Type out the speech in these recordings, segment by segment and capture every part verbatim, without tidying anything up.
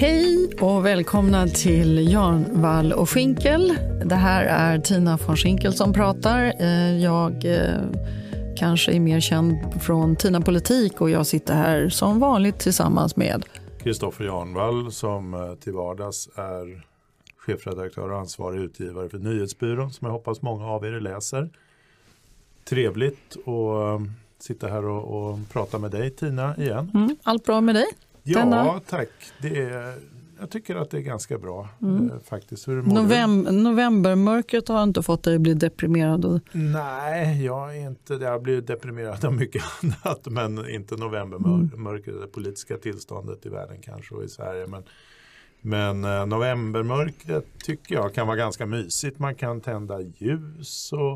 Hej och välkomna till Jan Wall och Schinkel. Det här är Tina von Schinkel som pratar. Jag kanske är mer känd från Tina Politik och jag sitter här som vanligt tillsammans med Kristoffer Jan Wall som till vardags är chefredaktör och ansvarig utgivare för Nyhetsbyrån som jag hoppas många av er läser. Trevligt att sitta här och, och prata med dig, Tina, igen. Mm, allt bra med dig? Ja, Denna... tack. Det är, jag tycker att det är ganska bra mm. eh, faktiskt. Hur Novem- novembermörkret har inte fått dig att bli deprimerad? Och... Nej, jag är inte det. Jag blir deprimerad av mycket annat, men inte novembermörkret, mm. det politiska tillståndet i världen kanske och i Sverige. Men, men eh, novembermörkret tycker jag kan vara ganska mysigt. Man kan tända ljus och,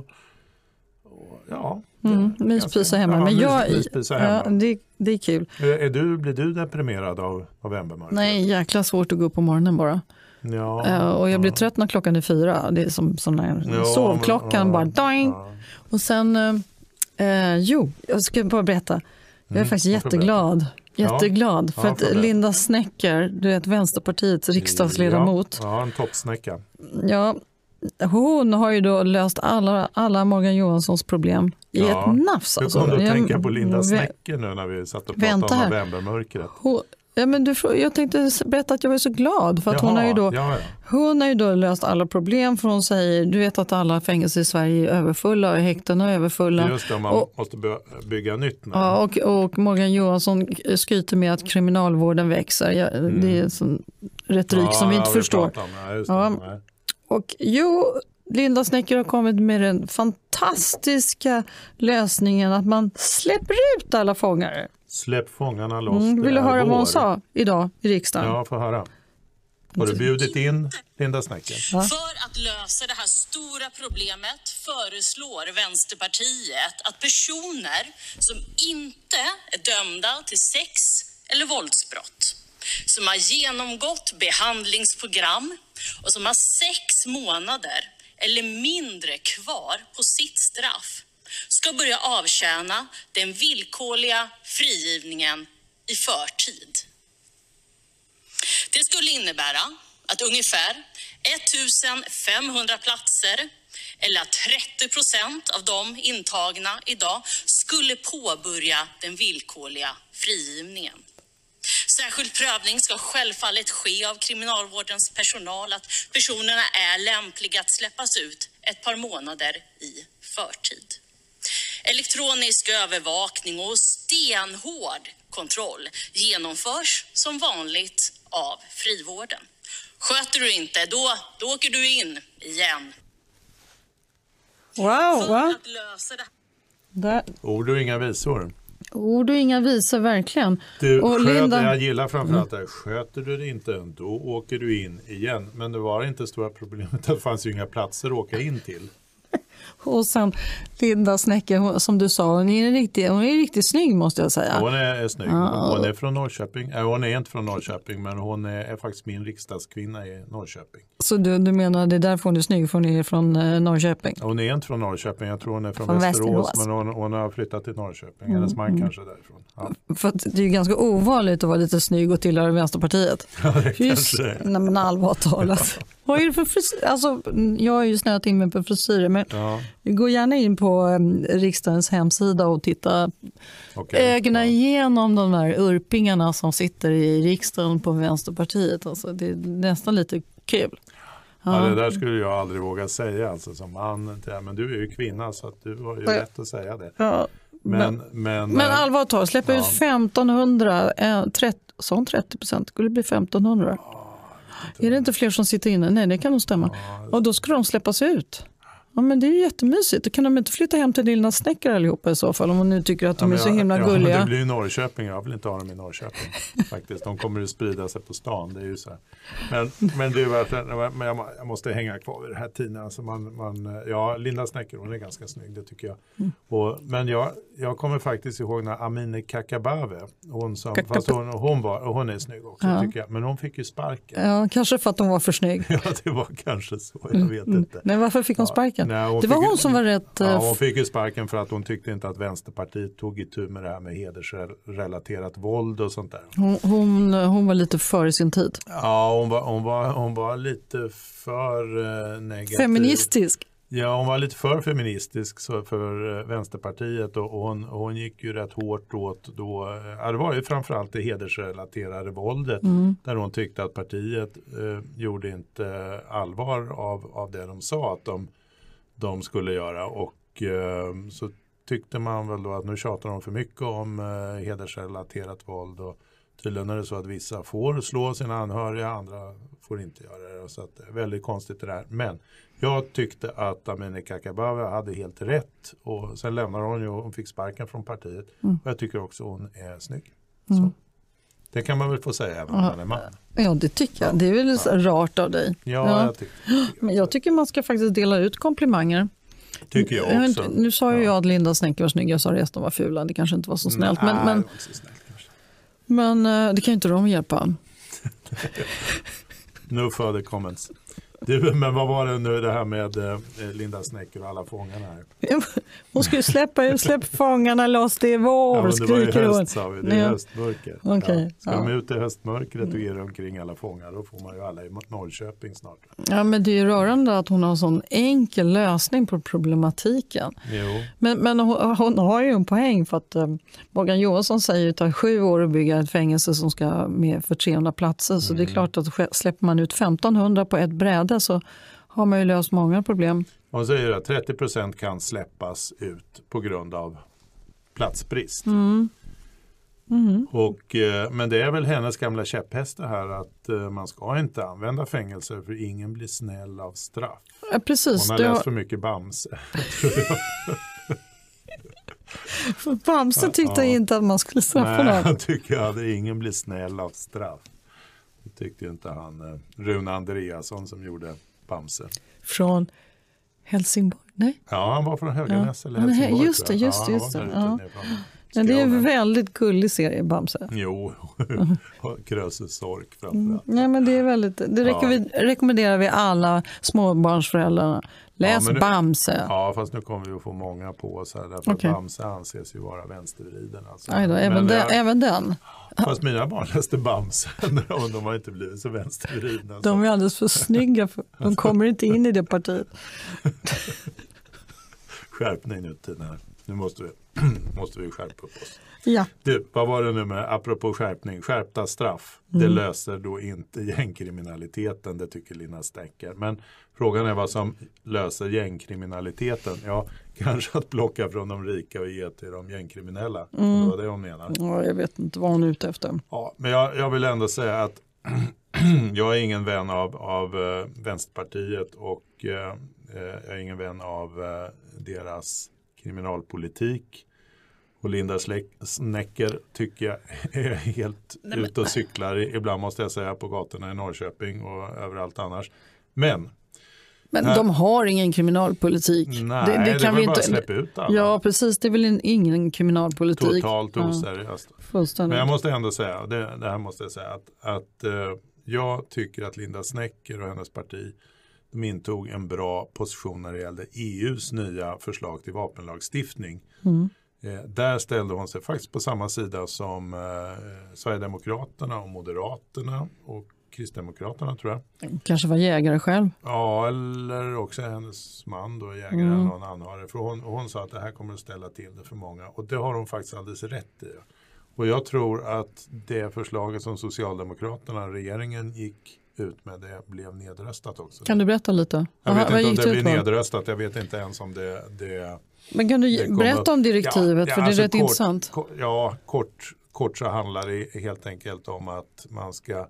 och ja... Mm, myspisa hemma. Men jag, myspisa hemma. Ja, det, det är kul. Är du, blir du deprimerad av novembermörkret? Nej, jäkla svårt att gå upp på morgonen bara. Ja, uh, och jag blir ja. trött när klockan är fyra. Det är som sån här ja, sovklockan, men, bara doing. Ja. Och sen, uh, uh, jo, jag ska bara berätta. Jag är mm, faktiskt jätteglad. Jätteglad ja. för ja, att för Linda Snecker, du vet Vänsterpartiets riksdagsledamot. Ja, ja en toppsnäcka. Ja, hon har ju då löst alla, alla Morgan Johanssons problem i ja. ett nafs. Alltså. Hur kom du att tänka på Linda Snecker nu när vi satt och pratade om novembermörkret? Hon, ja, men du, jag tänkte berätta att jag var så glad för att Jaha, hon, har ju då, ja, ja. hon har ju då löst alla problem för hon säger, du vet att alla fängelser i Sverige är överfulla och häkten är överfulla. Just det, man och, måste bygga nytt nu. Ja, och, och Morgan Johansson skryter med att kriminalvården växer. Ja, mm. Det är en sån retorik ja, som vi inte vi förstår. Ja, just det, ja. Och jo, Linda Snecker har kommit med den fantastiska lösningen att man släpper ut alla fångare. Släpp fångarna loss. Mm, vill du höra vad hon sa idag i riksdagen? Ja, få höra. Har du bjudit in Linda Snecker? Ja. För att lösa det här stora problemet föreslår Vänsterpartiet att personer som inte är dömda till sex eller våldsbrott, som har genomgått behandlingsprogram och som har sex månader eller mindre kvar på sitt straff ska börja avtjäna den villkorliga frigivningen i förtid. Det skulle innebära att ungefär femtonhundra platser eller trettio procent av de intagna idag skulle påbörja den villkorliga frigivningen. Särskild prövning ska självfallet ske av kriminalvårdens personal att personerna är lämpliga att släppas ut ett par månader i förtid. Elektronisk övervakning och stenhård kontroll genomförs som vanligt av frivården. Sköter du inte, då, då åker du in igen. Wow, För wow. att lösa det. Där. Ord och inga visor. Ord och inga visor, verkligen. Du, och sköter, Linda... jag gillar framförallt det. Sköter du det inte, då åker du in igen. Men det var inte stora problemet. Det fanns ju inga platser att åka in till. Och sen Linda Snecker, som du sa, hon är riktigt, hon är riktigt snygg måste jag säga. Hon är, är snygg. Hon är från Norrköping. Äh, hon är inte från Norrköping, men hon är, är faktiskt min riksdagskvinna i Norrköping. Så du, du menar det är därför hon är snygg, för hon är från eh, Norrköping? Hon är inte från Norrköping, jag tror hon är från, från Västerås, Västerås, men hon, hon har flyttat till Norrköping. Hennes man mm. kanske därifrån. Ja. För att det är ju ganska ovanligt att vara lite snygg och tillhöra Vänsterpartiet. Ja, det Just, kanske nej men allvarligt talat. Vad är det för frisyr? Alltså, jag har ju snöat in mig på frisyrer, men ja. gå gärna in på um, riksdagens hemsida och titta okay. ögna ja. igenom de där urpingarna som sitter i riksdagen på Vänsterpartiet. Alltså, det är nästan lite kul. Ja. Ja, det där skulle jag aldrig våga säga alltså, som man. Men du är ju kvinna så att du har ju ja. rätt att säga det. Ja. Men, men, men allvarligt talat, släppa ja. ut femtonhundra, eh, trettio, sån trettio procent skulle det bli femtonhundra. Ja. Är det inte fler som sitter inne? Nej, det kan nog stämma. Ja, och då ska de släppas ut. Ja, men det är ju jättemysigt. Då kan de inte flytta hem till Linda Snecker allihopa i så fall, om man nu tycker att de ja, är så himla ja, gulliga. Ja, det blir ju Norrköping. Jag vill inte ha dem i Norrköping faktiskt. De kommer att sprida sig på stan, det är ju så här. Men, men det är verkligen, men jag, jag måste hänga kvar vid det här tiden. Alltså man, man, ja, Linda Snecker, hon är ganska snygg, det tycker jag. Mm. Och, men jag, jag kommer faktiskt ihåg när Amineh Kakabaveh, hon, som, Kakab- fast hon, hon, var, hon är snygg också ja. tycker jag. Men hon fick ju sparken. Ja, kanske för att hon var för snygg. Ja, det var kanske så, jag vet mm. inte. Men varför fick hon sparken? Nej, hon det var fick, hon som var rätt... Ja, hon fick ju sparken för att hon tyckte inte att Vänsterpartiet tog itu med det här med hedersrelaterat våld och sånt där. Hon, hon, hon var lite för i sin tid. Ja, hon var, hon var, hon var lite för uh, negativ. Feministisk. Ja, hon var lite för feministisk så för Vänsterpartiet och hon, och hon gick ju rätt hårt åt då, ja, det var ju framförallt det hedersrelaterade våldet mm. där hon tyckte att partiet eh, gjorde inte allvar av, av det de sa att de, de skulle göra och eh, så tyckte man väl då att nu tjatar de för mycket om eh, hedersrelaterat våld och tydligen är det så att vissa får slå sina anhöriga, andra får inte göra det. Så att det är väldigt konstigt det där. Men jag tyckte att Amineh Kakabaveh hade helt rätt. Och sen lämnade hon ju och hon fick sparken från partiet. Mm. Och jag tycker också hon är snygg. Mm. Så. Det kan man väl få säga även om man är man. Ja, det tycker jag. Det är väl ja. rart av dig. Ja, ja. Jag tycker, tycker Men jag tycker man ska faktiskt dela ut komplimanger. Tycker jag också. Nu sa ju ja. jag att Linda Snecker var snygg. Jag sa resten var fula. Det kanske inte var så snällt. Nej, men, men, det var så snällt kanske. Men det kan ju inte de hjälpa. No further comments. Du, men vad var det nu det här med eh, Linda Snecker och alla fångarna här? Hon skulle släppa släpp fångarna loss, det är vår, ja, skriker hon. Det var ju höst, sa vi. Det är ja. höstmörker. Okay. Ja. Ska ja. de ut i höstmörkret och ge omkring alla fångar, då får man ju alla i Norrköping snart. Ja, men det är ju rörande att hon har en sån enkel lösning på problematiken. Jo. Men, men hon, hon har ju en poäng för att um, Morgan Johansson säger att det tar sju år att bygga ett fängelse som ska med för trehundra platser. Så mm. det är klart att släpper man ut femtonhundra på ett bräde så har man ju löst många problem. Hon säger att trettio procent kan släppas ut på grund av platsbrist. Mm. Mm. Och, men det är väl hennes gamla käpphäst det här att man ska inte använda fängelser för ingen blir snäll av straff. Ja, precis. Hon har du läst har... för mycket Bamse. För Bamse tyckte ja. inte att man skulle straffa någon. Nej, han tycker att ingen blir snäll av straff. Det tyckte ju inte han. Rune Andreasson som gjorde Bamse. Från Helsingborg? Nej. Ja, han var från Höganäs ja. eller Helsingborg. Just det, just det. Ja, just det. Ja. Men det är en väldigt gullig serie, Bamse. Jo, Krösus Sork framförallt. Mm. Nej, men det är väldigt, det räcker ja. vi, rekommenderar vi alla småbarnsföräldrarna. Läs ja, nu, Bamse. Ja, fast nu kommer vi att få många på oss här. Därför okay. att Bamse anses ju vara vänstervriden. Alltså. Aj då, även, den, jag, även den. Fast mina barn läste Bamse och de har inte blivit så vänstervridna. Så. De är alldeles för snygga. För de kommer inte in i det partiet. Skärpning nu, Tina. Nu måste vi, måste vi skärpa upp oss. Ja. Du, vad var det nu med, apropå skärpning, skärpta straff, mm. det löser då inte gängkriminaliteten, det tycker Linda Snecker. Men frågan är vad som löser gängkriminaliteten. Ja, kanske att plocka från de rika och ge till de gängkriminella. Mm. Det var det hon menar. Ja, jag vet inte vad hon är ute efter. Ja, men jag, jag vill ändå säga att jag är ingen vän av, av uh, Vänsterpartiet och uh, jag är ingen vän av uh, deras kriminalpolitik. Och Linda Snecker tycker jag är helt Nej, ute och cyklar. Ibland måste jag säga på gatorna i Norrköping och överallt annars. Men Men här, de har ingen kriminalpolitik. Nej, det, det, det kan vi inte släppa ut alla. Ja, precis. Det är väl ingen kriminalpolitik. Totalt oseriöst. Ja, men jag måste ändå säga, det, det här måste jag säga, att, att uh, jag tycker att Linda Snecker och hennes parti de intog en bra position när det gällde E U:s nya förslag till vapenlagstiftning. Mm. Eh, där ställde hon sig faktiskt på samma sida som eh, Sverigedemokraterna och Moderaterna och Kristdemokraterna tror jag. Kanske var jägare själv. Ja, eller också hennes man då, jägare mm. eller någon anhörig. För hon, hon sa att det här kommer att ställa till det för många. Och det har hon faktiskt alldeles rätt i. Och jag tror att det förslaget som Socialdemokraterna, regeringen gick ut med, det blev nedröstat också. Kan du berätta lite? Jag vet Aha, inte om det blir nedröstat. Jag vet inte ens om det... det Men kan du berätta om direktivet? Ja, för det är alltså rätt kort, intressant. Kort, ja, kort, kort så handlar det helt enkelt om att man ska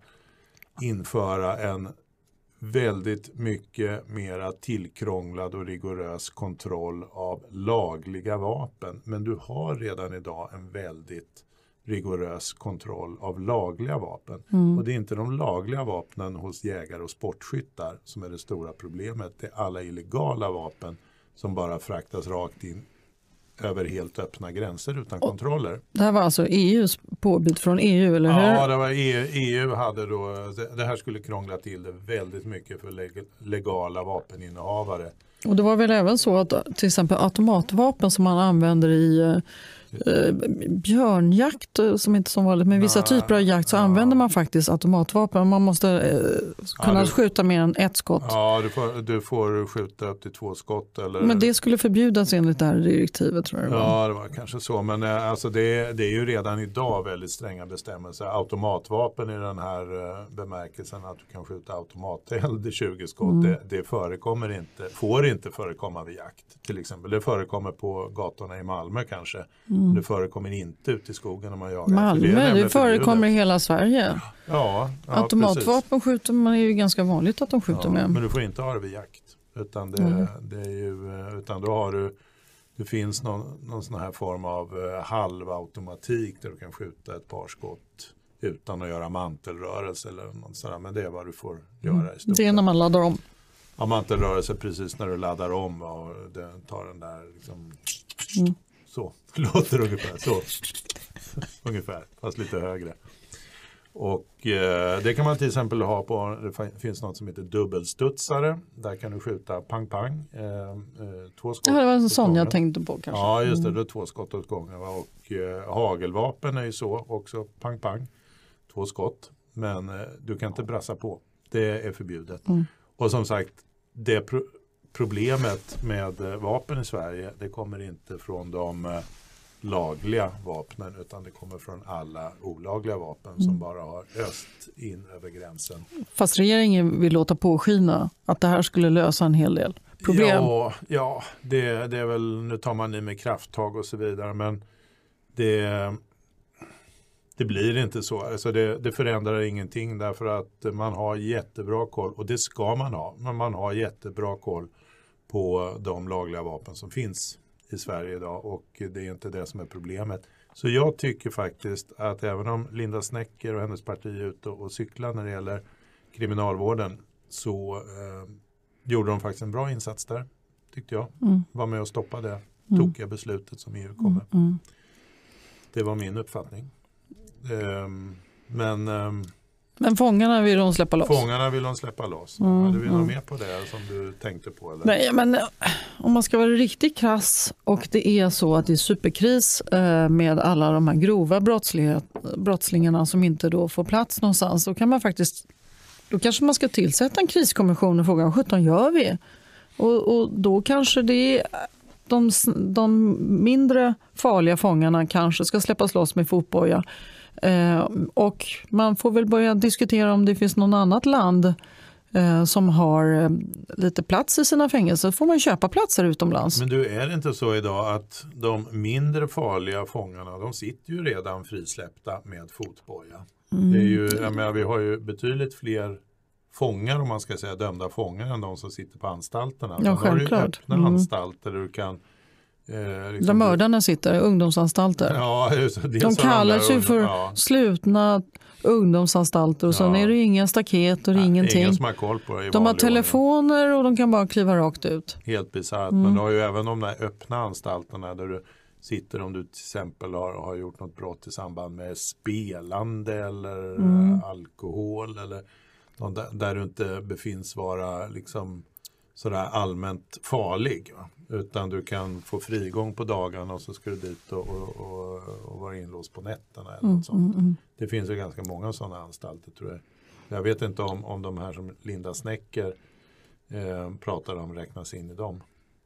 införa en väldigt mycket mera tillkrånglad och rigorös kontroll av lagliga vapen. Men du har redan idag en väldigt rigorös kontroll av lagliga vapen. Mm. Och det är inte de lagliga vapnen hos jägare och sportskyttar som är det stora problemet. Det är alla illegala vapen som bara fraktas rakt in över helt öppna gränser utan och, kontroller. Det här var alltså E U:s påbud från E U, eller hur? Ja, det var E U, E U hade då, det här skulle krångla till det väldigt mycket för legala vapeninnehavare. Och det var väl även så att till exempel automatvapen som man använder i eh, björnjakt, som inte som vanligt, men vissa Nej, typer av jakt så ja. använder man faktiskt automatvapen. Man måste eh, kunna ja, du, skjuta mer än ett skott. Ja, du får, du får skjuta upp till två skott. Eller... Men det skulle förbjudas enligt det här direktivet, tror jag. Ja, det var kanske så. Men eh, alltså det, det är ju redan idag väldigt stränga bestämmelser. Automatvapen i den här eh, bemärkelsen att du kan skjuta automateld i tjugo skott, mm. det, det förekommer inte, får inte förekomma vid jakt till exempel. Det förekommer på gatorna i Malmö kanske. Mm. Det förekommer inte ute i skogen när man jagar. Malmö, det, det förekommer i hela Sverige. Ja, ja, automatvapen precis. Skjuter man, är ju ganska vanligt att de skjuter ja, med. Men du får inte ha det vid jakt. Utan, det, mm. det är ju, utan då har du, det finns någon, någon sån här form av uh, halvautomatik där du kan skjuta ett par skott utan att göra mantelrörelse eller något sådär. Men det är vad du får göra mm. i stort. Det är när man laddar om. Ja, mantelrörelse precis när du laddar om och den tar den där liksom, mm. så, låter ungefär så. Ungefär, fast lite högre. Och eh, det kan man till exempel ha på, det finns något som heter dubbelstudsare. Där kan du skjuta pang pang. Eh, eh, två skott. Ja, det var en sån jag tänkte på kanske. Ja, just det, det är två skott åt gången. Va? Och eh, hagelvapen är ju så också, pang pang. Två skott. Men eh, du kan inte brassa på. Det är förbjudet. Mm. Och som sagt, det pro- problemet med eh, vapen i Sverige, det kommer inte från de eh, lagliga vapnen utan det kommer från alla olagliga vapen mm. som bara har öst in över gränsen. Fast regeringen vill låta påskina att det här skulle lösa en hel del problem. Ja, ja det, det är väl, nu tar man i med krafttag och så vidare, men det, det blir inte så. Alltså det, det förändrar ingenting därför att man har jättebra koll, och det ska man ha, men man har jättebra koll på de lagliga vapen som finns i Sverige idag, och det är inte det som är problemet. Så jag tycker faktiskt att även om Linda Snecker och hennes parti är ute och cyklar när det gäller kriminalvården, så eh, gjorde de faktiskt en bra insats där, tyckte jag. Mm. Var med och stoppa det mm. tokiga beslutet som E U kommer. Mm. Mm. Det var min uppfattning. Eh, men... Eh, Men fångarna vill de släppa loss? Fångarna vill de släppa loss. Mm, ja, du vill mm. ha med på det som du tänkte på? Eller? Nej, men om man ska vara riktigt krass och det är så att det är superkris eh, med alla de här grova brottslingarna som inte då får plats någonstans, då kan man faktiskt, då kanske man ska tillsätta en kriskommission och fråga vad sjutton gör vi? Och, och då kanske det är de, de mindre farliga fångarna kanske ska släppas loss med fotboja. Eh, och man får väl börja diskutera om det finns någon annat land eh, som har eh, lite plats i sina fängelser. Får man köpa platser utomlands. Men du, är det inte så idag att de mindre farliga fångarna, de sitter ju redan frisläppta med fotboja? Mm. Det är ju, jag menar, vi har ju betydligt fler fångar, om man ska säga dömda fångar, än de som sitter på anstalterna. Ja, självklart. Har du öppna mm. anstalter där du kan Eh, liksom där mördarna sitter, ungdomsanstalter. Ja, just, de kallar sig för ja. slutna ungdomsanstalter och ja. sen är det inga staket och Nej, ingenting. Ingen som har koll på det. De har telefoner ordning. Och de kan bara kliva rakt ut. Helt bisarrt, mm. men du har ju även de där öppna anstalterna där du sitter om du till exempel har, har gjort något brott i samband med spelande eller mm. alkohol eller där, där du inte befinns vara liksom sådär allmänt farlig, va? Utan du kan få frigång på dagarna och så ska du dit och, och, och, och vara inlåst på nätterna eller mm, något sånt. Mm, mm. Det finns ju ganska många sådana anstalter, tror jag. Jag vet inte om, om de här som Linda Snecker eh, pratar om räknas in i dem.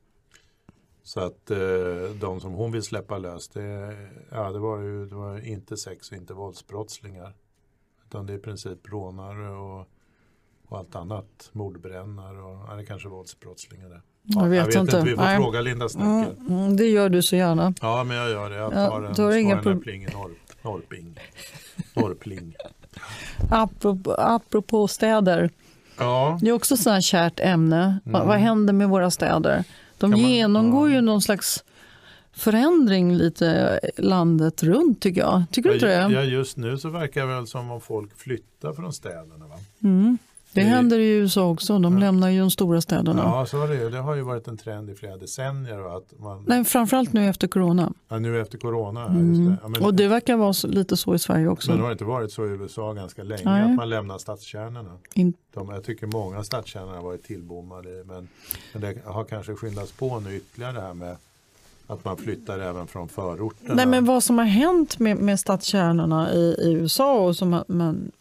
Så att eh, de som hon vill släppa lös, det, ja, det var ju det var inte sex och inte våldsbrottslingar. Utan det är i princip rånare och och allt annat, mordbrännare och eller kanske våldsbrottslingar där. Ja, jag vet, jag vet inte. inte. Vi får Nej. fråga Linda Snecker. Mm, mm, det gör du så gärna. Ja, men jag gör det. Jag tar ja, en, tar inga pro- pling i norr, norrping. Norrpling. Apropå, apropå städer. Ja. Det är också så här kärt ämne. Mm. Va, vad händer med våra städer? De man, genomgår ja. ju någon slags förändring lite landet runt, tycker jag. Tycker du inte det? Ja, just nu så verkar det väl som om folk flyttar från städerna, va? Mm. Det händer i U S A också. De ja. lämnar ju de stora städerna. Ja, så är det. Det har ju varit en trend i flera decennier. Att man... Nej, framförallt nu efter corona. Ja, nu efter corona. Mm. Just det. Ja, men... Och det verkar vara så, lite så i Sverige också. Men det har inte varit så i U S A ganska länge. Nej. Att man lämnar stadskärnorna. In... De, jag tycker många stadskärnor har varit tillbommade. Men, men det har kanske skyndats på nu ytterligare det här med att man flyttar även från förorterna. Nej, men vad som har hänt med, med stadskärnorna i, i U S A och som man, man,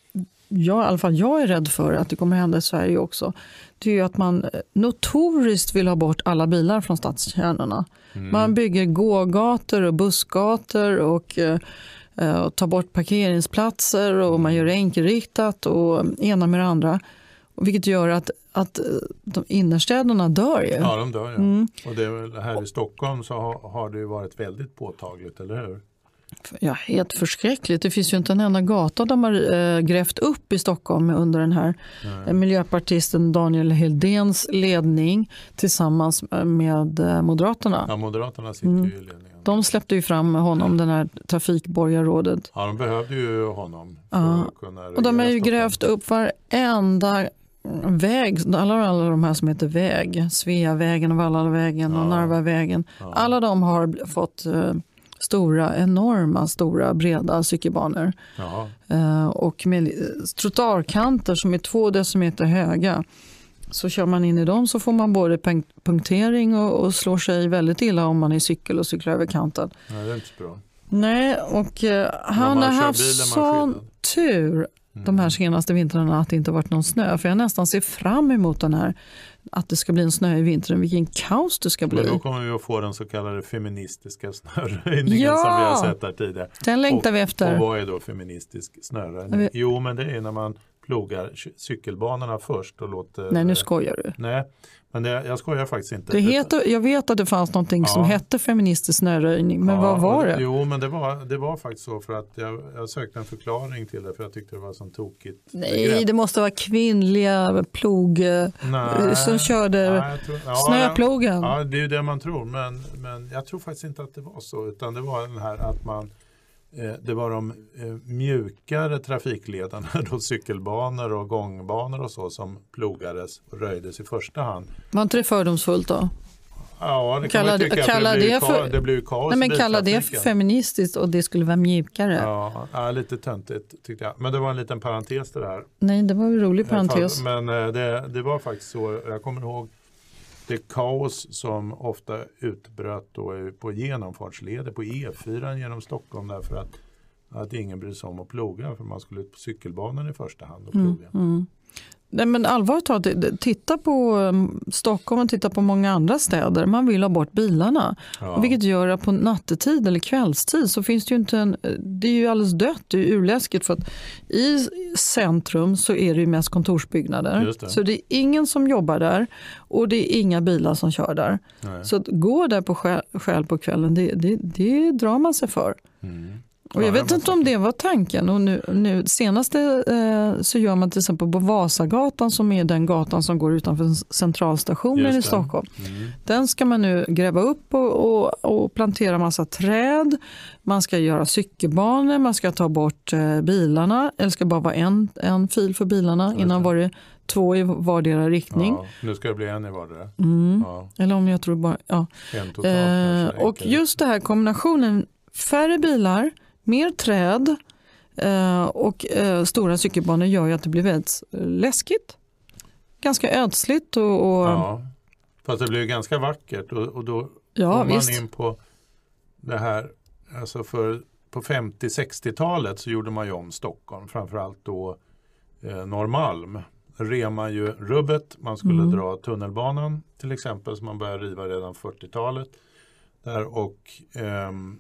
jag, i alla fall jag är rädd för att det kommer hända i Sverige också. Det är ju att man notoriskt vill ha bort alla bilar från stadskärnorna. Mm. Man bygger gågator och bussgator och, eh, och tar bort parkeringsplatser och man gör det enkelriktat och ena med det andra. Vilket gör att, att de innerstäderna dör ju. Ja, de dör. Ja. Mm. Och det är väl här i Stockholm så har, har det ju varit väldigt påtagligt, eller hur? Ja, helt förskräckligt. Det finns ju inte en enda gata de har äh, grävt upp i Stockholm under den här äh, miljöpartisten Daniel Heldéns ledning tillsammans med äh, Moderaterna. Ja, Moderaterna sitter mm. ju i ledningen. De släppte ju fram honom, mm. den här trafikborgarrådet. Ja, de behövde ju honom. För ja. att kunna och de har ju grävt upp varenda väg, alla, alla de här som heter väg, Sveavägen och Vallavägen ja. och Narvavägen. Ja. Alla de har fått äh, stora, enorma, stora, breda cykelbanor. Uh, och med trottoarkanter som är två decimeter höga. Så kör man in i dem så får man både punktering och, och slår sig väldigt illa om man är cykel och cyklar över kanten. Nej, det är inte så bra. Nej, och uh, han har haft sån tur mm. de här senaste vintrarna att det inte varit någon snö. För jag nästan ser fram emot den här att det ska bli en snö i vintern. Vilken kaos det ska bli. Men då kommer vi att få den så kallade feministiska snöröjningen ja! som vi har sett här tidigare. Den längtar och, vi efter. Och vad är då feministisk snöröjning? Vi... Jo, men det är när man plogar cykelbanorna först och låter... Nej, nu skojar du. Nej, men det, jag skojar faktiskt inte. Det heter, jag vet att det fanns någonting ja. som hette feministisk snöröjning, men ja, vad var det? Jo, men det var, det var faktiskt så för att jag, jag sökte en förklaring till det för jag tyckte det var så tokigt. Nej, begrepp. Det måste vara kvinnliga plog nej, som körde nej, tror, ja, snöplogen. Ja, det är ju det man tror, men, men jag tror faktiskt inte att det var så, utan det var den här att man det var de mjukare trafikledarna, då cykelbanor och gångbanor och så som plogades och röjdes i första hand. Var inte det fördomsfullt då? Ja, det kan kalla man tycka. Kalla det, det, för, det blir kaos. Nej, men kalla det för feministiskt och det skulle vara mjukare. Ja, ja, lite töntigt tyckte jag. Men det var en liten parentes det där. Nej, det var en rolig parentes. Men det, det var faktiskt så, jag kommer ihåg det kaos som ofta utbröt då på genomfartsleder på E fyra genom Stockholm därför att, att ingen bryr sig om att ploga för man skulle ut på cykelbanan i första hand och ploga. Mm, mm. Nej, men allvarligt talat, titta på Stockholm och titta på många andra städer. Man vill ha bort bilarna. Ja. Vilket gör att på nattetid eller kvällstid så finns det ju inte en... Det är ju alldeles dött, det är ju urläskigt för att i centrum så är det ju mest kontorsbyggnader. Det. Så det är ingen som jobbar där och det är inga bilar som kör där. Nej. Så att gå där på skäl, skäl på kvällen, det, det, det drar man sig för. Mm. Och jag vet inte om det var tanken. Och nu, nu senaste eh, så gör man till exempel på Vasagatan som är den gatan som går utanför centralstationen i Stockholm. Mm. Den ska man nu gräva upp och, och, och plantera massa träd. Man ska göra cykelbanor, man ska ta bort eh, bilarna. Eller ska bara vara en, en fil för bilarna. Just innan det. Var det två i vardera riktning. Ja, nu ska det bli en i vardera. Mm. Ja. Eller om jag tror bara... Ja. En totalt, eh, och just det här kombinationen färre bilar, mer träd eh, och eh, stora cykelbanor gör ju att det blir väldigt läskigt. Ganska ödsligt. Och, och... Ja, fast det blir ju ganska vackert och, och då ja, kommer man visst. in på det här, alltså för på femtio-sextiotalet så gjorde man ju om Stockholm, framförallt då eh, Norrmalm. Rev man ju rubbet, man skulle mm. dra tunnelbanan till exempel som man började riva redan fyrtiotalet. Där och... Ehm,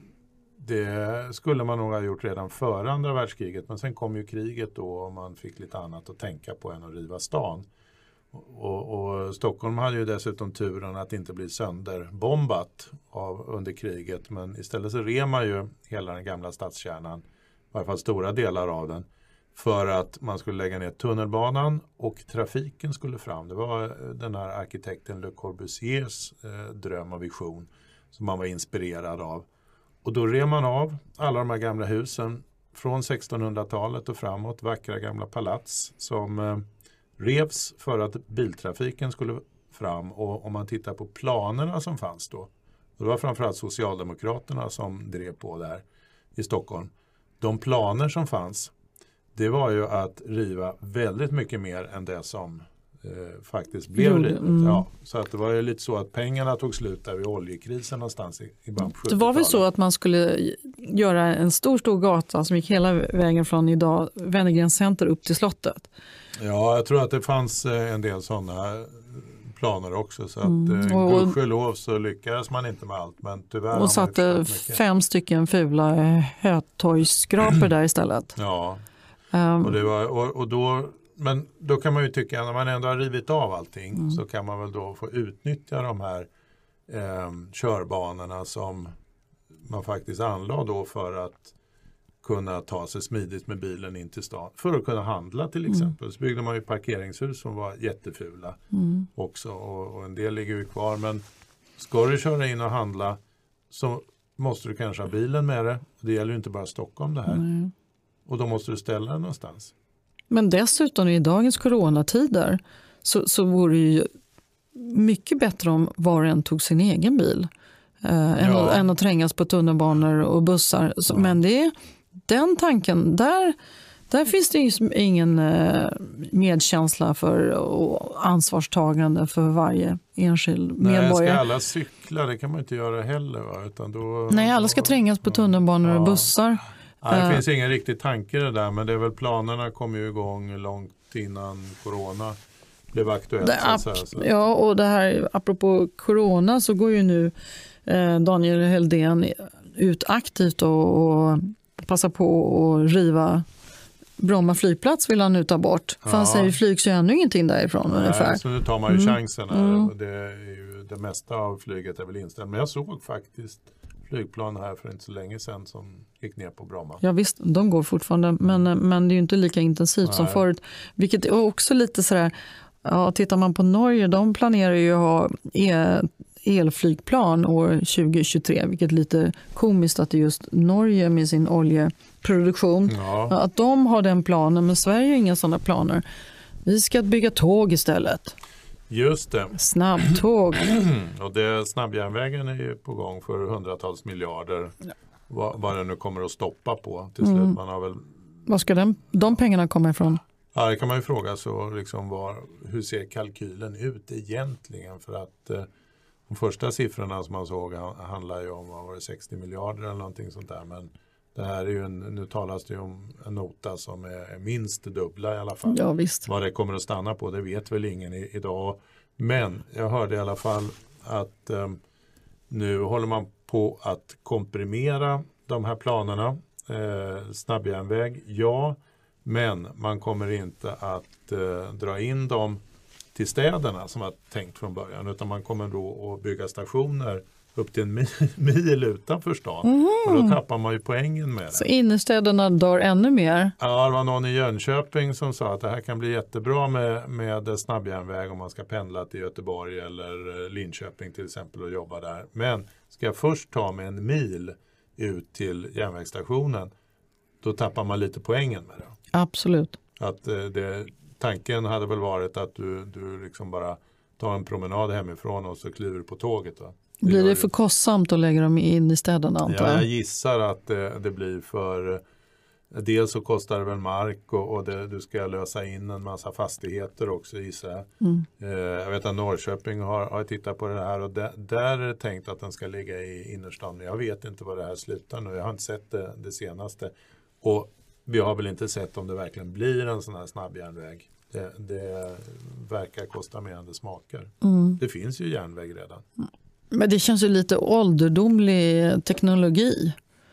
det skulle man nog ha gjort redan före andra världskriget. Men sen kom ju kriget då och man fick lite annat att tänka på än att riva stan. Och, och Stockholm hade ju dessutom turen att inte bli sönderbombat av, under kriget. Men istället så rev man ju hela den gamla stadskärnan, i varje fall stora delar av den. För att man skulle lägga ner tunnelbanan och trafiken skulle fram. Det var den här arkitekten Le Corbusiers eh, dröm och vision som man var inspirerad av. Och då rev man av alla de här gamla husen från sextonhundratalet och framåt, vackra gamla palats som eh, revs för att biltrafiken skulle fram. Och om man tittar på planerna som fanns då, det var framförallt Socialdemokraterna som drev på det här i Stockholm. De planer som fanns, det var ju att riva väldigt mycket mer än det som eh, faktiskt blev jo, rivet. Mm. Ja, så att det var ju lite så att pengarna tog slut där vid oljekrisen någonstans i, i början på sjuttiotalet. Det var väl så att man skulle göra en stor, stor gata som gick hela vägen från idag Wenner-Grens center upp till slottet. Ja, jag tror att det fanns en del sådana planer också. Så att mm. och, gudskelov så lyckades man inte med allt. Men tyvärr och satte fem stycken fula hötorgsskrapor där istället. Ja, um, och det var, och, och då, men då kan man ju tycka att när man ändå har rivit av allting mm. så kan man väl då få utnyttja de här eh, körbanorna som man faktiskt anlade då för att kunna ta sig smidigt med bilen in till stan. För att kunna handla till exempel. Mm. Så byggde man ju parkeringshus som var jättefula mm. också. Och, och en del ligger ju kvar. Men ska du köra in och handla så måste du kanske ha bilen med dig. Det gäller ju inte bara Stockholm det här. Mm. Och då måste du ställa den någonstans. Men dessutom i dagens coronatider så, så vore det ju mycket bättre om var och en tog sin egen bil. Eh, ja. än, att, än att trängas på tunnelbanor och bussar. Så, ja. Men det är den tanken, där, där finns det ju ingen eh, medkänsla för och ansvarstagande för varje enskild medborgare. Nej, ska alla cykla? Det kan man inte göra heller. Va? Utan då, Nej, alla ska trängas på tunnelbanor ja. och bussar. Nej, det finns ingen riktig tanke det där, men det är väl planerna kom ju igång långt innan corona blev aktuellt. Det, ap- så här, så. Ja, och det här, apropå corona så går ju nu eh, Daniel Heldén ut aktivt och, och passa på att riva Bromma flygplats vill han nu ta bort. För ja. han säger flygs ju ännu ingenting därifrån. Nej, ungefär. Så nu tar man ju mm. chansen här. Mm. Och det, är ju, det mesta av flyget är väl inställt. Men jag såg faktiskt flygplan här för inte så länge sedan som gick ner på Bromma. Ja visst, de går fortfarande. Men, men det är ju inte lika intensivt Nej. som förut. Vilket är också lite sådär, ja, tittar man på Norge, de planerar ju att ha el, elflygplan år tjugo tjugotre. Vilket är lite komiskt att det är just Norge med sin oljeproduktion. Ja. Att de har den planen, men Sverige har inga sådana planer. Vi ska bygga tåg istället. Just det. Snabbtåg. Och det, snabbjärnvägen är ju på gång för hundratals miljarder. Ja. Vad, vad det nu kommer att stoppa på till slut. Mm. Man har väl... Vad ska den, de pengarna komma ifrån? Ja, det kan man ju fråga så liksom var, hur ser kalkylen ut egentligen? För att eh, de första siffrorna som man såg handlar ju om vad var det, sextio miljarder eller någonting sånt där. Men det här är ju en, nu talas det ju om en nota som är minst dubbla i alla fall. Ja, visst. Vad det kommer att stanna på, det vet väl ingen i, idag. Men jag hörde i alla fall att eh, nu håller man på att komprimera de här planerna. Eh, snabbjärnväg, ja. Men man kommer inte att eh, dra in dem till städerna som var tänkt från början. Utan man kommer då att bygga stationer upp till en mil, mil utanför stan. Mm. Och då tappar man ju poängen med det. Så innerstäderna dör ännu mer? Ja, det var någon i Jönköping som sa att det här kan bli jättebra med, med snabbjärnväg om man ska pendla till Göteborg eller Linköping till exempel och jobba där. Men ska jag först ta mig en mil ut till järnvägsstationen, då tappar man lite poängen med det. Absolut. Att det, tanken hade väl varit att du, du liksom bara tar en promenad hemifrån och så kliver du på tåget. Va? Det blir det för kostsamt att lägga dem in i städerna, antar jag? Ja, jag gissar att det, det blir för... Dels så kostar det väl mark och, och det, du ska lösa in en massa fastigheter också, gissar jag. Mm. Eh, jag vet att Norrköping har, har tittat på det här och där, där är det tänkt att den ska ligga i innerstan. Men jag vet inte vad det här slutar nu. Jag har inte sett det, det senaste. Och vi har väl inte sett om det verkligen blir en sån här snabbjärnväg. Det, det verkar kosta mer än det smakar. Mm. Det finns ju järnväg redan. Men det känns ju lite ålderdomlig teknologi.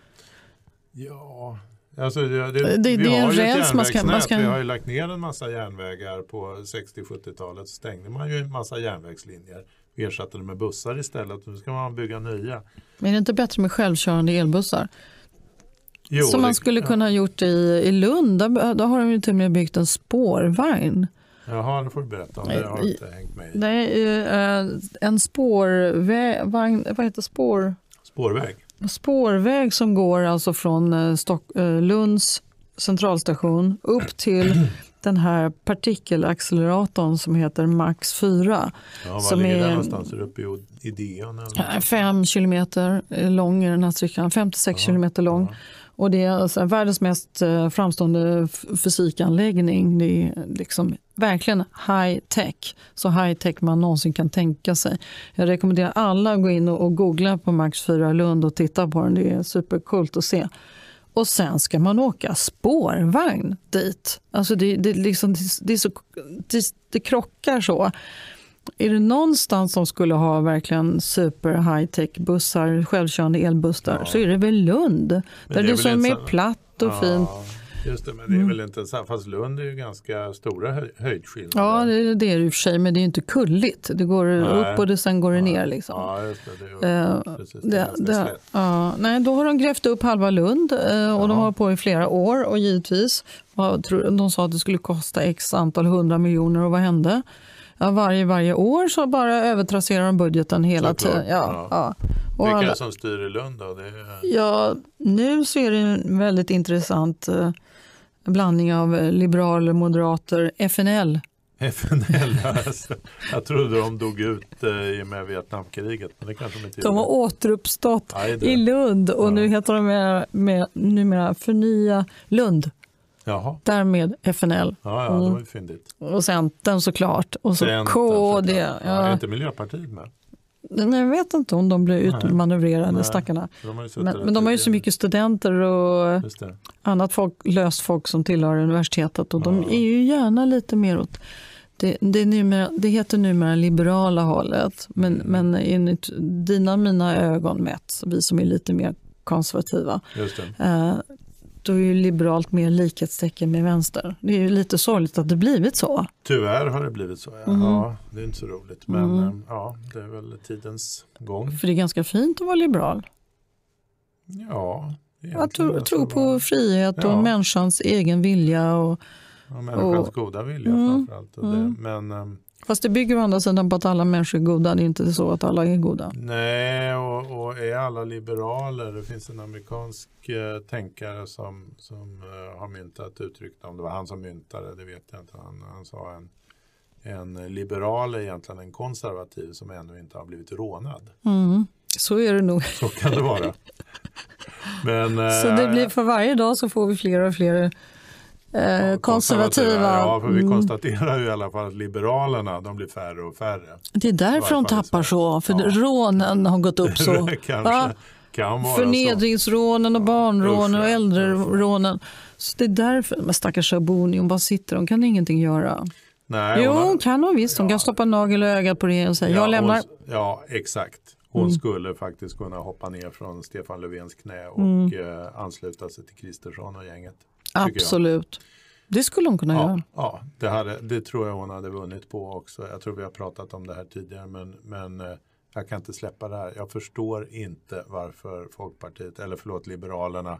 Ja, alltså det, det, det, vi det har är ju ett räls man ska, man ska... Vi har ju lagt ner en massa järnvägar på sextio-sjuttiotalet. Så stängde man ju en massa järnvägslinjer. Vi ersatte det med bussar istället. Nu ska man bygga nya. Men är det inte bättre med självkörande elbussar? Jo, som man det, skulle kunna ha gjort i, i Lund. Där, där har de ju till och med byggt en spårvagn. Jaha, det får du berätta om. Det har jag inte hängt med i. Nej, en spårvagn, vad heter spår? Spårväg. Spårväg som går alltså från Stock, Lunds centralstation upp till den här partikelacceleratorn som heter Max fyra. Ja, som ligger är där någonstans? Är uppe i Ideon? Eller? Fem kilometer lång i den här sträckan, fem till sex kilometer lång. Ja. Och det är alltså världens mest framstående fysikanläggning. Det är liksom verkligen high tech. Så high tech man någonsin kan tänka sig. Jag rekommenderar alla att gå in och googla på Max fyra Lund och titta på den. Det är supercoolt att se. Och sen ska man åka spårvagn dit. Alltså det, det, liksom, det, är så, det, det krockar så. Är det någonstans som skulle ha verkligen super high-tech bussar, självkörande elbussar, ja. så är det väl Lund. Men där det är, det som är platt och ja, fint. Just det, men det är mm. väl inte så. Fast Lund är ju ganska stora höj, höjdskillnader. Ja, det är det i och för sig, men det är inte kulligt. Det går nej. upp och det, sen går det ja. ner. Liksom. Ja, just det. Det är, uh, precis, det är det, det, ja, nej, då har de grävt upp halva Lund uh, och ja. de har på i flera år. Och givetvis, de sa att det skulle kosta x antal hundra miljoner och vad hände? Ja, varje, varje år så bara övertrasserar de budgeten hela tiden. Ja, ja. Ja. Vilka är det som styr i Lund då? Det är... Ja, nu så är det en väldigt intressant uh, blandning av liberaler, moderater, F N L. F N L, alltså. Jag trodde de dog ut uh, i med Vietnamkriget. Men det kanske de inte de har återuppstått i Lund och ja. nu heter de med, med, numera Förnya Lund. Jaha. Därmed F N L. Ja, ja, det var ju fyndigt. Och Centern såklart. Och så Centern, K D. Ja. Ja. Är inte Miljöpartiet med? Nej, jag vet inte om de blir utmanövrerade, stackarna. De men, men de har ju så mycket studenter och annat folk, löst folk som tillhör universitetet. Och ja. de är ju gärna lite mer åt... Det, det, är numera, det heter numera liberala hållet. Men, mm. men enligt dina mina ögon mätt, vi som är lite mer konservativa... Just det. Eh, då är ju liberalt mer likhetstecken med vänster. Det är ju lite sorgligt att det blivit så. Tyvärr har det blivit så. Ja, mm. ja det är inte så roligt. Men mm. ja, det är väl tidens gång. För det är ganska fint att vara liberal. Ja. Att tro, tro på var... frihet ja. och människans egen vilja. Och, ja, människans och... goda vilja mm. framförallt. Och mm. det, men... Um... Fast det bygger å andra sidan på att alla människor är goda. Det är inte så att alla är goda. Nej, och, och är alla liberaler? Det finns en amerikansk eh, tänkare som, som eh, har myntat uttryck. Om det var han som myntade, det vet jag inte. Han, han sa en, en liberal är egentligen en konservativ som ännu inte har blivit rånad. Mm. Så är det nog. Så kan det vara. Men, eh, så det blir för varje dag så får vi fler och fler... Eh, konservativa. Ja, för vi konstaterar ju i alla fall att liberalerna, de blir färre och färre. Det är därför de tappar så, för ja. rånen har gått upp så. Kanske, ja. kan vara Förnedringsrånen och barnrånen och äldrerånen. Så det är därför, men stackars Sabuni, hon bara sitter, hon kan ingenting göra. Nej, jo, hon, har, hon kan hon visst, hon ja. kan stoppa nagel och ögat på det och säga, ja, jag lämnar. Hon, ja, exakt. Hon mm. skulle faktiskt kunna hoppa ner från Stefan Löfvens knä och mm. eh, ansluta sig till Kristersson och gänget. Absolut. Det skulle hon kunna ja, göra. Ja, det, hade, det tror jag hon hade vunnit på också. Jag tror vi har pratat om det här tidigare, men, men eh, jag kan inte släppa det här. Jag förstår inte varför Folkpartiet, eller förlåt Liberalerna,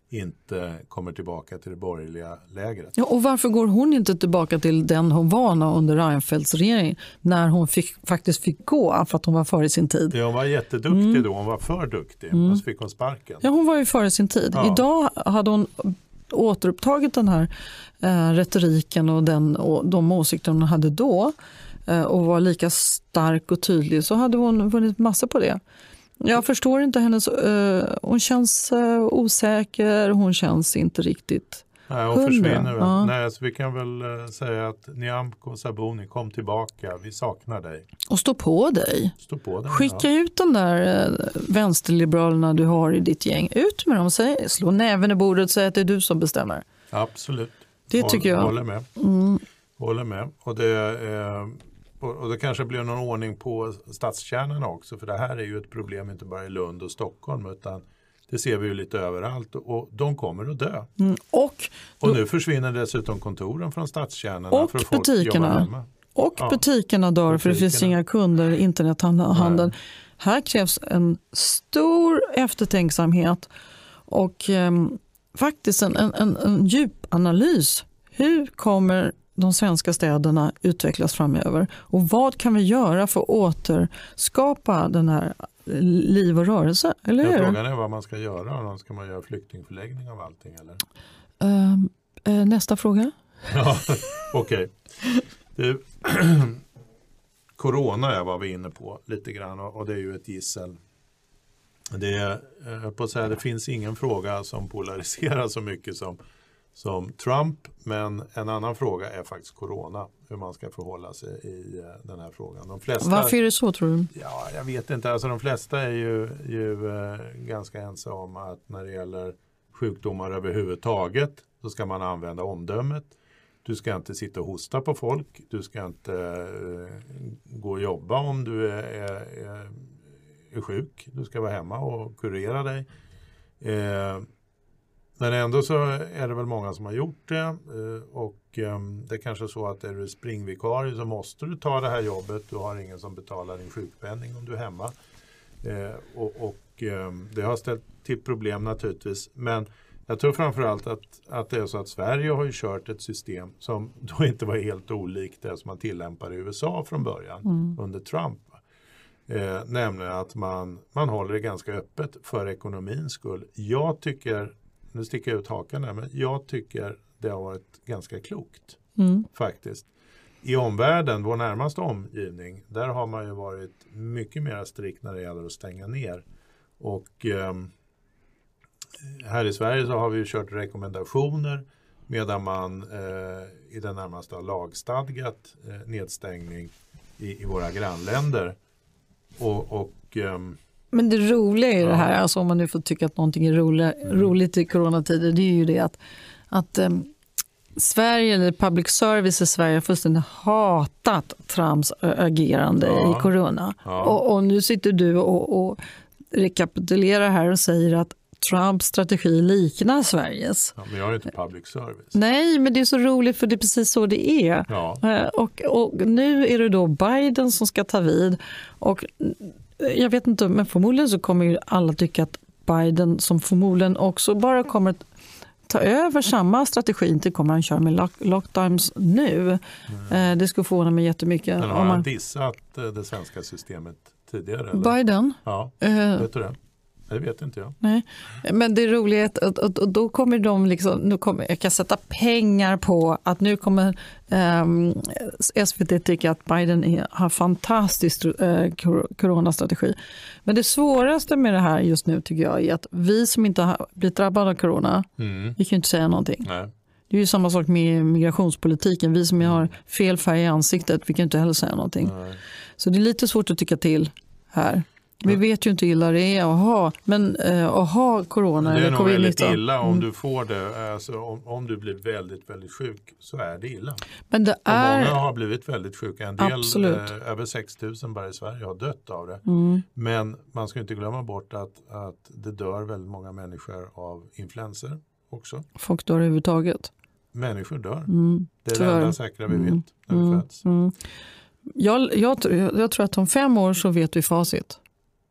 inte kommer tillbaka till det borgerliga lägret. Ja, och varför går hon inte tillbaka till den hon var under Reinfeldts regering när hon fick, faktiskt fick gå för att hon var före sin tid? Ja, hon var jätteduktig mm. då, hon var för duktig mm. och så fick hon sparken. Ja, hon var ju före sin tid. Ja. Idag hade hon återupptagit den här eh, retoriken och, den, och de åsikter hon hade då eh, och var lika stark och tydlig, så hade hon vunnit massa på det. Jag förstår inte hennes... Uh, hon känns uh, osäker. Hon känns inte riktigt Nej, hon hundra. försvinner. Ja. Nej, så vi kan väl uh, säga att Nyamko Sabuni, kom tillbaka. Vi saknar dig. Och stå på dig. Stå på dig Skicka ja. ut de där uh, vänsterliberalerna du har i ditt gäng. Ut med dem. Säg, slå näven i bordet och säg att det är du som bestämmer. Absolut. Det Håll, tycker jag. Håller med. Mm. Håller med. Och det är... Uh, Och det kanske blir någon ordning på stadskärnorna också. För det här är ju ett problem inte bara i Lund och Stockholm, utan det ser vi ju lite överallt. Och de kommer att dö. Mm. Och, och nu försvinner dessutom kontoren från stadskärnorna. Och för att butikerna. Folk och ja. butikerna dör butikerna. För det finns inga kunder, internethandeln. Här krävs en stor eftertänksamhet och eh, faktiskt en, en, en, en djup analys. Hur kommer de svenska städerna utvecklas framöver? Och vad kan vi göra för att återskapa den här liv och rörelse? Eller ja, hur? Frågan är vad man ska göra. Ska man göra flyktingförläggning av allting? Eller? Uh, uh, nästa fråga. Ja, okej. Okay. Corona är vad vi är inne på lite grann och det är ju ett gissel. Det, är, på att säga, det finns ingen fråga som polariserar så mycket som, som Trump, men en annan fråga är faktiskt corona, hur man ska förhålla sig i den här frågan. De flesta, varför är det så, tror du? Ja, jag vet inte. Alltså, de flesta är ju, ju eh, ganska ensamma om att när det gäller sjukdomar överhuvudtaget så ska man använda omdömet. Du ska inte sitta och hosta på folk. Du ska inte eh, gå och jobba om du är, är, är sjuk. Du ska vara hemma och kurera dig. Eh, men ändå så är det väl många som har gjort det. Eh, och eh, det är kanske så att är du springvikarie så måste du ta det här jobbet. Du har ingen som betalar din sjukpenning om du är hemma. Eh, och och eh, det har ställt till problem naturligtvis. Men jag tror framförallt att, att det är så att Sverige har ju kört ett system som då inte var helt olikt det som man tillämpade i U S A från början mm. under Trump. Eh, nämligen att man, man håller det ganska öppet för ekonomins skull. Jag tycker, nu sticker jag ut hakan här, men jag tycker det har varit ganska klokt mm. faktiskt. I omvärlden, vår närmaste omgivning, där har man ju varit mycket mer strikt när det gäller att stänga ner. Och eh, här i Sverige så har vi ju kört rekommendationer medan man eh, i den närmaste har lagstadgat eh, nedstängning i, i våra grannländer. Och, och, um, Men det roliga i ja. det här, alltså om man nu får tycka att någonting är roligt, mm. roligt i coronatider, det är ju det att, att um, Sverige eller public service i Sverige har fullständigt hatat Trumps agerande ja. i corona. Ja. Och, och nu sitter du och, och rekapitulerar här och säger att Trumps strategi liknar Sveriges. Ja, men jag är inte public service. Nej, men det är så roligt för det är precis så det är. Ja. Och, och nu är det då Biden som ska ta vid. Och jag vet inte, men förmodligen så kommer ju alla tycka att Biden som förmodligen också bara kommer att ta över samma strategi. Inte kommer han köra med lock, lockdowns nu. Mm. Det skulle förvåna mig jättemycket. Men har om man... han dissat det svenska systemet tidigare? Eller? Biden? Ja, uh... vet du det? Det vet inte jag. Nej. Men det är roligt att, att, att då kommer de liksom, nu kommer, jag kan sätta pengar på att nu kommer um, S V T tycka att Biden är, har fantastisk uh, coronastrategi. Men det svåraste med det här just nu tycker jag är att vi som inte har blivit drabbade av corona, mm. vi kan ju inte säga någonting. Nej. Det är ju samma sak med migrationspolitiken. Vi som har fel färg i ansiktet, vi kan inte heller säga någonting. Nej. Så det är lite svårt att tycka till här. Vi vet ju inte illa det är att ha, men uh, att ha corona det är eller nog covid nitton. Väldigt illa om mm. du får det. Alltså, om, om du blir väldigt, väldigt sjuk så är det illa. Men det är... många har blivit väldigt sjuka. En del, eh, över sex tusen bara i Sverige har dött av det. Mm. Men man ska inte glömma bort att, att det dör väldigt många människor av influenser också. Folk dör överhuvudtaget. Människor dör. Mm. Det är det enda säkra vi vet när mm. vi föds. Mm. Jag, jag, jag tror att om fem år så vet vi facit.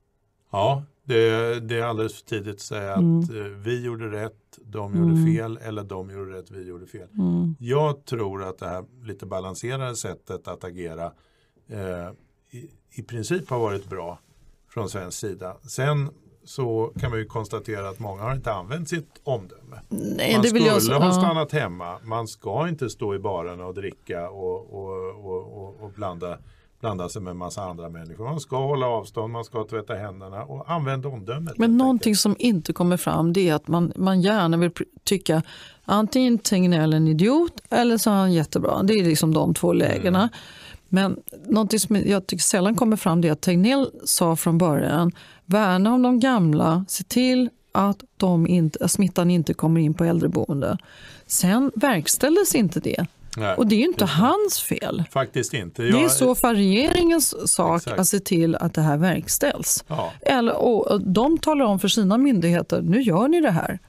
Ja, det, det är alldeles för tidigt att säga mm. att vi gjorde rätt, de gjorde mm. fel eller de gjorde rätt, vi gjorde fel. Mm. Jag tror att det här lite balanserade sättet att agera eh, i, i princip har varit bra från svensk sida. Sen så kan man ju konstatera att många har inte använt sitt omdöme. Nej, man det vill skulle jag, ha ja. stannat hemma. Man ska inte stå i baren och dricka och, och, och, och, och blanda blanda sig med en massa andra människor. Man ska hålla avstånd, man ska tvätta händerna och använda omdömet. Men någonting som inte kommer fram det är att man, man gärna vill tycka antingen Tegnell är en idiot eller så är han jättebra. Det är liksom de två lägena. Mm. Men någonting som jag tycker sällan kommer fram det är att Tegnell sa från början värna om de gamla, se till att de inte, smittan inte kommer in på äldreboende. Sen verkställdes inte det. Nej, och det är ju inte hans fel. Faktiskt inte. Jag... Det är så för regeringens sak Exakt. Att se till att det här verkställs. Ja. Eller, och de talar om för sina myndigheter, nu gör ni det här.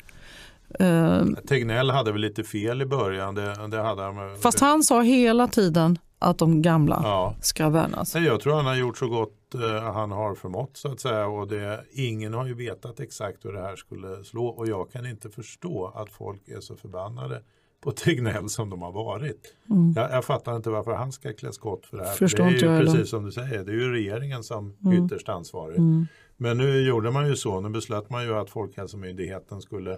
Uh, Tegnell hade väl lite fel i början. Det, det hade han, fast han sa hela tiden att de gamla ja. Ska värnas. Jag tror han har gjort så gott uh, han har förmått så att säga. Och det, ingen har ju vetat exakt hur det här skulle slå. Och jag kan inte förstå att folk är så förbannade på Tegnell som de har varit. Mm. Jag, jag fattar inte varför han ska klä skott för det här. För det är ju precis eller? Som du säger, det är ju regeringen som mm. ytterst ansvarig. Mm. Men nu gjorde man ju så, nu beslöt man ju att Folkhälsomyndigheten skulle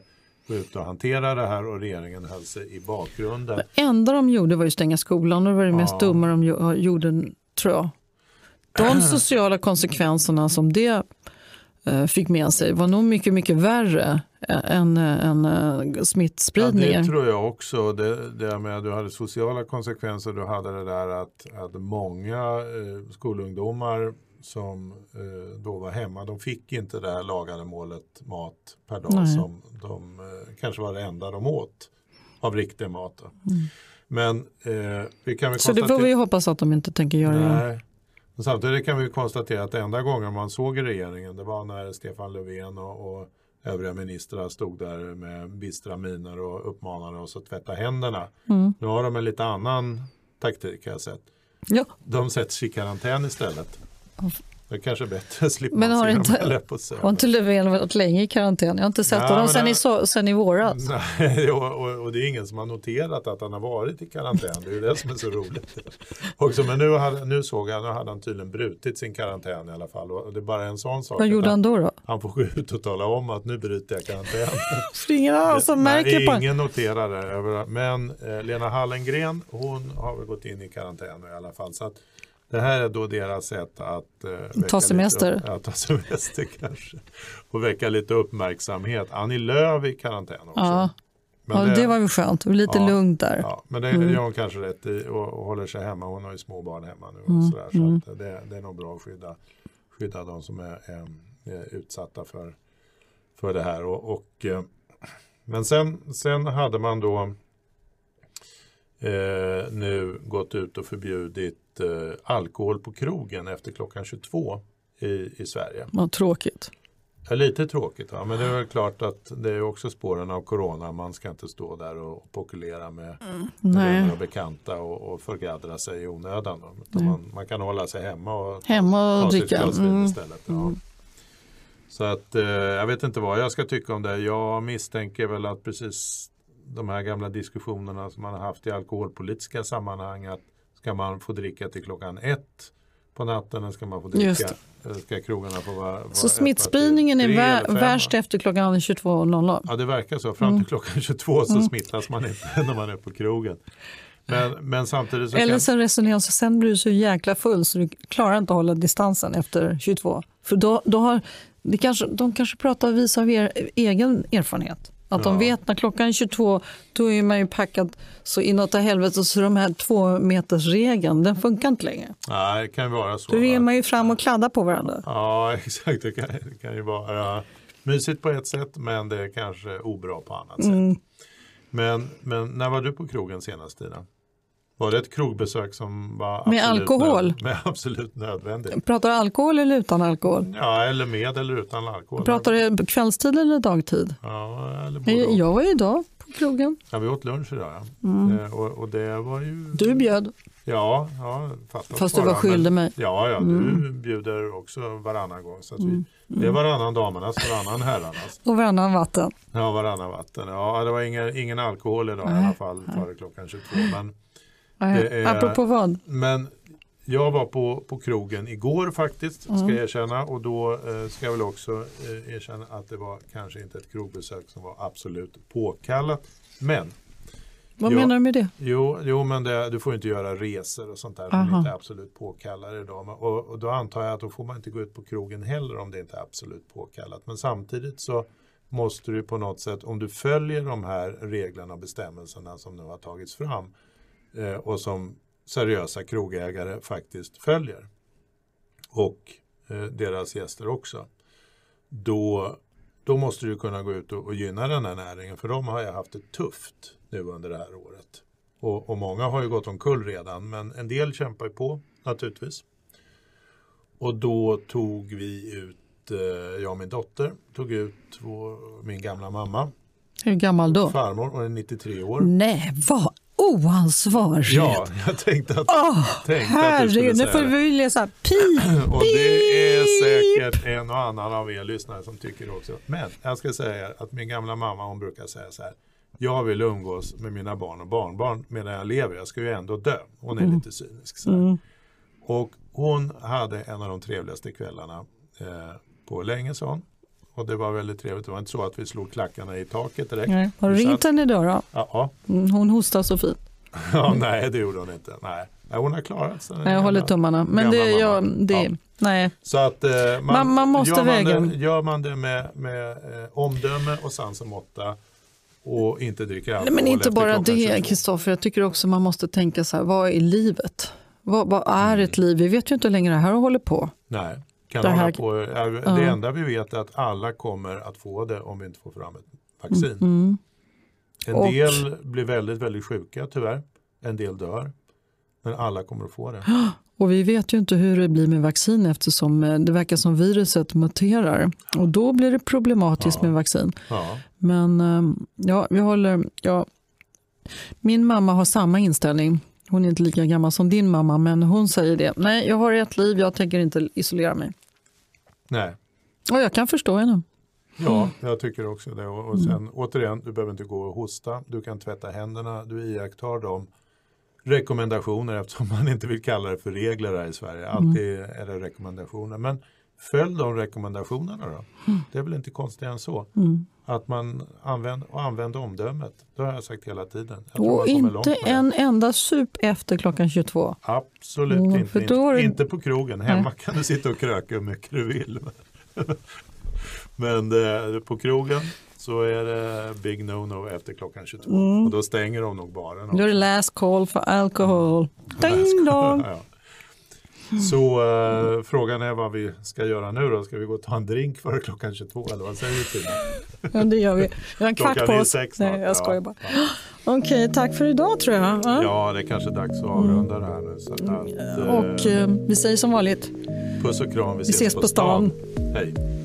gå ut och hantera det här och regeringen höll sig i bakgrunden. Det enda de gjorde var ju stänga skolan och det var det mest ja. dumma de gjorde, tror jag. De sociala konsekvenserna som det eh, fick med sig var nog mycket, mycket värre än, än äh, smittspridningen. Ja, det tror jag också. Det, det med, du hade sociala konsekvenser, du hade det där att, att många eh, skolungdomar som eh, då var hemma, de fick inte det här lagade målet mat per dag Nej. som de eh, kanske var det enda de åt av riktig mat. Mm. Men eh, vi kan väl Så det får vi hoppas att de inte tänker göra Nej. det. Men samtidigt kan vi konstatera att enda gången man såg i regeringen, det var när Stefan Löfven och, och övriga ministrar stod där med bistra miner och uppmanade oss att tvätta händerna. Mm. Nu har de en lite annan taktik, har jag sett. Ja. De sätts i karantän istället. Det är kanske bättre att slippa men har se inte, dem på sig. Har inte Löfven varit länge i karantän? Jag har inte sett honom sen, i, sen i våras. Nej, och, och, och det är ingen som har noterat att han har varit i karantän. Det är ju det som är så roligt. Också, men nu, hade, nu såg jag, nu hade han tydligen brutit sin karantän i alla fall. Och det är bara en sån sak. Vad gjorde han då då? Han får gå ut och tala om att nu bryter jag karantän. För ingen annan som märker Nej, på ingen noterar det. Men eh, Lena Hallengren, hon har väl gått in i karantän i alla fall. Så att det här är då deras sätt att eh, ta semester. Lite, ja, ta semester kanske. Och väcka lite uppmärksamhet. Annie Lööf i karantän också. Ja, men ja det, det var ju skönt. Det var lite ja, lugnt där. Ja, men det mm. gör hon kanske rätt i och, och håller sig hemma. Hon har ju små barn hemma nu. Och mm. sådär, så mm. att det, det är nog bra att skydda, skydda de som är, är, är utsatta för, för det här. Och, och, men sen, sen hade man då eh, nu gått ut och förbjudit alkohol på krogen efter klockan tjugotvå i, i Sverige. Vad tråkigt. Ja, lite tråkigt, ja. Men det är väl klart att det är också spåren av corona. Man ska inte stå där och pokulera med, mm. med bekanta och, och förgadra sig i onödan. Mm. Man, man kan hålla sig hemma och, hemma och dricka mm. istället. Ja. Mm. Så att eh, jag vet inte vad jag ska tycka om det. Jag misstänker väl att precis de här gamla diskussionerna som man har haft i alkoholpolitiska sammanhang, att ska man få dricka till klockan ett på natten, eller ska man få dricka, ska krogarna få vara, vara så smittspridningen är vär, värst efter klockan tjugotvå noll noll? Ja, det verkar så. Fram till mm. klockan tjugotvå så mm. smittas man inte när man är på krogen. Men, men samtidigt så eller kan... sen resonerar så sen blir du så jäkla full så du klarar inte att hålla distansen efter tjugotvå. För då, då har, det kanske, de kanske pratar vis av er egen erfarenhet. Att de ja. vet när klockan är tjugotvå, då är man ju packad så inåt i helvete, så de här två meters regeln, den funkar inte längre. Nej, det kan ju vara så. Då är man ju fram och kladdar på varandra. Ja, exakt. Det kan, det kan ju vara mysigt på ett sätt, men det är kanske obra på annat mm. sätt. Men, men när var du på krogen senast, Tina? Var det ett krogbesök som var med alkohol? Nöd, med absolut nödvändigt? Pratar du alkohol eller utan alkohol? Ja, eller med eller utan alkohol. Pratar du kvällstid eller dagtid? Ja, eller både. Jag, jag var ju idag på krogen. Ja, vi åt lunch idag. Ja. Mm. Eh, och, och det var ju... Du bjöd? Ja, ja fast du var skyldig mig. Ja, ja, mm. du bjuder också varannan gång. Så att vi, mm. Det är varannan damernas, varannan herrarnas. Och varannan vatten. Ja, varannan vatten. Ja, det var ingen, ingen alkohol idag nej, i alla fall före klockan tjugotvå. Men är, apropå vad? Men jag var på, på krogen igår faktiskt, ska mm. jag erkänna. Och då eh, ska jag väl också eh, erkänna att det var kanske inte ett krogbesök som var absolut påkallat. Men... Vad jo, menar du med det? Jo, jo men det, du får inte göra resor och sånt där som inte är absolut påkallade idag. Och, och då antar jag att då får man inte gå ut på krogen heller om det inte är absolut påkallat. Men samtidigt så måste du på något sätt, om du följer de här reglerna och bestämmelserna som nu har tagits fram eh, och som seriösa krogägare faktiskt följer och eh, deras gäster också, då, då måste du kunna gå ut och, och gynna den här näringen, för de har ju haft det tufft nu under det här året. Och, och många har ju gått omkull redan, men en del kämpar ju på naturligtvis. Och då tog vi ut, eh, jag och min dotter, tog ut vår, min gamla mamma. Hur gammal då? Farmor, hon är nittiotre år. Nej, vad oansvarig. Ja, jag tänkte att, oh, tänkte att du skulle säga det. Nu får vi läsa pip. Och det är säkert en och annan av er lyssnare som tycker det också. Men jag ska säga att min gamla mamma, hon brukar säga så här: jag vill umgås med mina barn och barnbarn medan jag lever. Jag ska ju ändå dö. Hon är mm. lite cynisk. Så mm. Och hon hade en av de trevligaste kvällarna eh, på länge, sa hon. och det var väldigt trevligt. Det var inte så att vi slog klackarna i taket direkt. Nej. Har du ringt henne idag då? Ja. ja. Hon hostar så fint. Ja, nej, det gjorde hon inte. Nej, hon har klarat sig. Jag håller tummarna. Men det, jag, det ja. nej. Så att eh, man, man, man måste gör, väga. man det, gör man det med, med eh, omdöme och sans och måtta och inte dricka alkohol. Men inte bara det, tjugotvå. Kristoffer. Jag tycker också man måste tänka så här, vad är livet? Vad, vad är ett liv? Vi vet ju inte hur länge det här håller på. Nej, kan det, här... på. Det ja. enda vi vet är att alla kommer att få det om vi inte får fram ett vaccin. Mm. En och... del blir väldigt, väldigt sjuka tyvärr. En del dör. Men alla kommer att få det. Och vi vet ju inte hur det blir med vaccin eftersom det verkar som viruset muterar. Och då blir det problematiskt ja. med vaccin. Ja. Men ja, vi håller... Ja. Min mamma har samma inställning. Hon är inte lika gammal som din mamma, men hon säger det. Nej, jag har ett liv, jag tänker inte isolera mig. Nej. Och jag kan förstå henne. Ja, jag tycker också det. Och sen mm. återigen, du behöver inte gå och hosta. Du kan tvätta händerna, du iakttar dem. Rekommendationer, eftersom man inte vill kalla det för regler här i Sverige. Alltid mm. är det rekommendationer. Men följ de rekommendationerna då. Mm. Det är väl inte konstigt än så. Mm. Att man använder, och använder omdömet. Det har jag sagt hela tiden. Jag och inte en enda sup efter klockan tjugotvå. Absolut mm, inte. Inte, det... inte på krogen. Hemma Nej. kan du sitta och kröka hur mycket du vill. Men det, på krogen så är det big no-no efter klockan tjugotvå. Mm. Och då stänger de nog baren. Då är det last call för alkohol. Ding dong! Ja. Så uh, frågan är vad vi ska göra nu då. Ska vi gå och ta en drink före klockan tjugotvå eller vad säger du till? Ja, det gör vi. Vi har en kvart på oss. Nej, jag skojar bara. Ja. Okej, okay, tack för idag tror jag. Ja, ja det är kanske dags att avrunda mm. det här nu. Så att, och uh, vi säger som vanligt. Puss och kram, vi ses, vi ses på, på stan. stan. Hej.